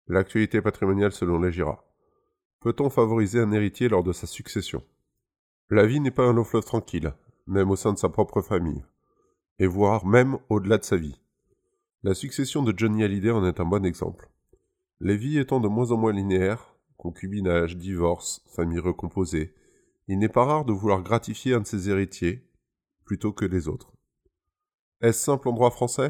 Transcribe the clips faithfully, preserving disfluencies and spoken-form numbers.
L'actualité patrimoniale selon les G I R A. Peut-on favoriser un héritier lors de sa succession? La vie n'est pas un long fleuve tranquille, même au sein de sa propre famille, et voire même au-delà de sa vie. La succession de Johnny Hallyday en est un bon exemple. Les vies étant de moins en moins linéaires, concubinage, divorce, famille recomposée, il n'est pas rare de vouloir gratifier un de ses héritiers plutôt que les autres. Est-ce simple en droit français?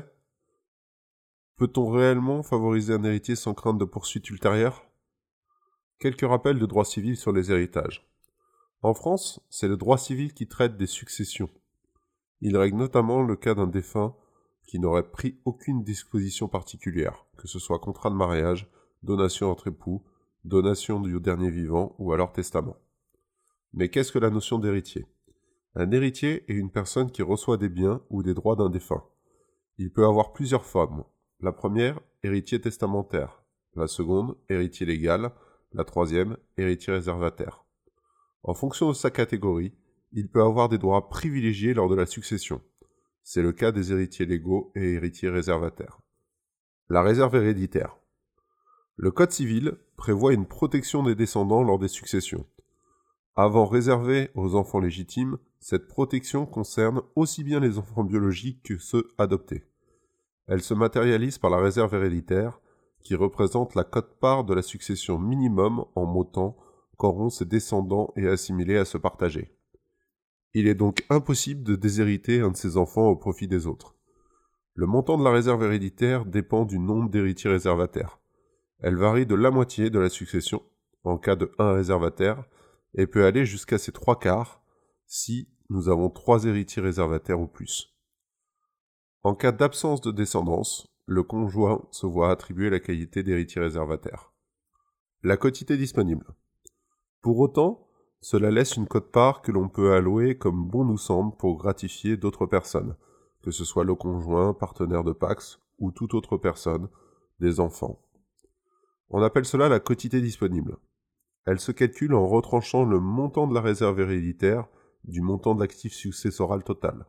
Peut-on réellement favoriser un héritier sans crainte de poursuites ultérieures? Quelques rappels de droit civil sur les héritages. En France, c'est le droit civil qui traite des successions. Il règle notamment le cas d'un défunt qui n'aurait pris aucune disposition particulière, que ce soit contrat de mariage, donation entre époux, donation du dernier vivant ou alors testament. Mais qu'est-ce que la notion d'héritier? Un héritier est une personne qui reçoit des biens ou des droits d'un défunt. Il peut avoir plusieurs formes. La première, héritier testamentaire. La seconde, héritier légal. La troisième, héritier réservataire. En fonction de sa catégorie, il peut avoir des droits privilégiés lors de la succession. C'est le cas des héritiers légaux et héritiers réservataires. La réserve héréditaire. Le Code civil prévoit une protection des descendants lors des successions. Avant réservée aux enfants légitimes, cette protection concerne aussi bien les enfants biologiques que ceux adoptés. Elle se matérialise par la réserve héréditaire, qui représente la quote-part de la succession minimum en montant qu'auront ses descendants et assimilés à se partager. Il est donc impossible de déshériter un de ses enfants au profit des autres. Le montant de la réserve héréditaire dépend du nombre d'héritiers réservataires. Elle varie de la moitié de la succession, en cas de un réservataire, et peut aller jusqu'à ses trois quarts, si nous avons trois héritiers réservataires ou plus. En cas d'absence de descendance, le conjoint se voit attribuer la qualité d'héritier réservataire. La quotité disponible. Pour autant, cela laisse une quote-part que l'on peut allouer comme bon nous semble pour gratifier d'autres personnes, que ce soit le conjoint, partenaire de Pacs ou toute autre personne, des enfants. On appelle cela la quotité disponible. Elle se calcule en retranchant le montant de la réserve héréditaire du montant de l'actif successoral total.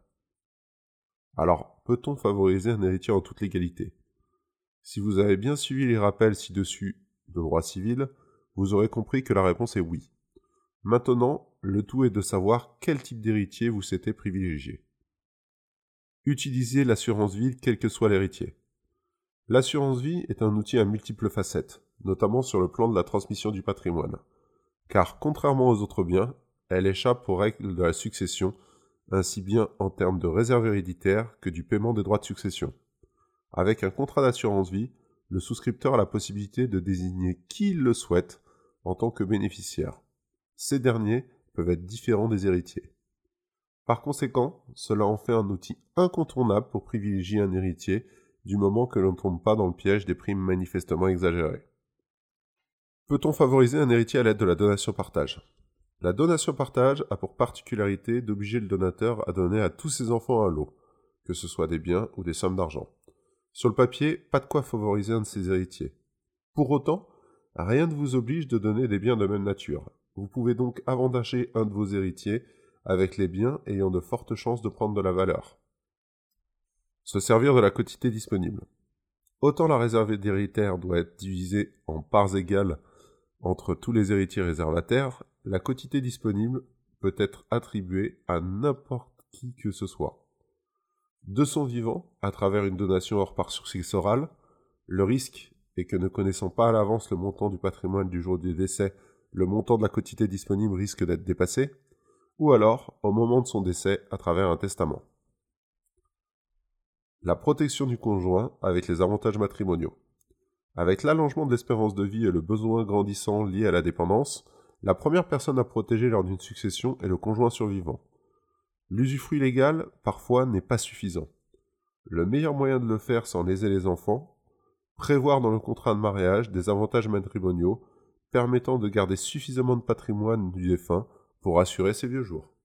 Alors, peut-on favoriser un héritier en toute légalité? Si vous avez bien suivi les rappels ci-dessus de droit civil, vous aurez compris que la réponse est oui. Maintenant, le tout est de savoir quel type d'héritier vous souhaitez privilégier. Utilisez l'assurance vie quel que soit l'héritier. L'assurance vie est un outil à multiples facettes, notamment sur le plan de la transmission du patrimoine, car contrairement aux autres biens, elle échappe aux règles de la succession, ainsi bien en termes de réserve héréditaire que du paiement des droits de succession. Avec un contrat d'assurance vie, le souscripteur a la possibilité de désigner qui il le souhaite en tant que bénéficiaire. Ces derniers peuvent être différents des héritiers. Par conséquent, cela en fait un outil incontournable pour privilégier un héritier du moment que l'on ne tombe pas dans le piège des primes manifestement exagérées. Peut-on favoriser un héritier à l'aide de la donation-partage? La donation-partage a pour particularité d'obliger le donateur à donner à tous ses enfants un lot, que ce soit des biens ou des sommes d'argent. Sur le papier, pas de quoi favoriser un de ses héritiers. Pour autant, rien ne vous oblige de donner des biens de même nature. Vous pouvez donc avantager un de vos héritiers avec les biens ayant de fortes chances de prendre de la valeur. Se servir de la quotité disponible. Autant la réserve héréditaire doit être divisée en parts égales entre tous les héritiers réservataires, la quotité disponible peut être attribuée à n'importe qui que ce soit. De son vivant, à travers une donation hors part successorale, le risque est que ne connaissant pas à l'avance le montant du patrimoine du jour du décès, le montant de la quotité disponible risque d'être dépassé, ou alors au moment de son décès à travers un testament. La protection du conjoint avec les avantages matrimoniaux. Avec l'allongement de l'espérance de vie et le besoin grandissant lié à la dépendance, la première personne à protéger lors d'une succession est le conjoint survivant. L'usufruit légal, parfois, n'est pas suffisant. Le meilleur moyen de le faire sans léser les enfants, prévoir dans le contrat de mariage des avantages matrimoniaux permettant de garder suffisamment de patrimoine du défunt pour assurer ses vieux jours.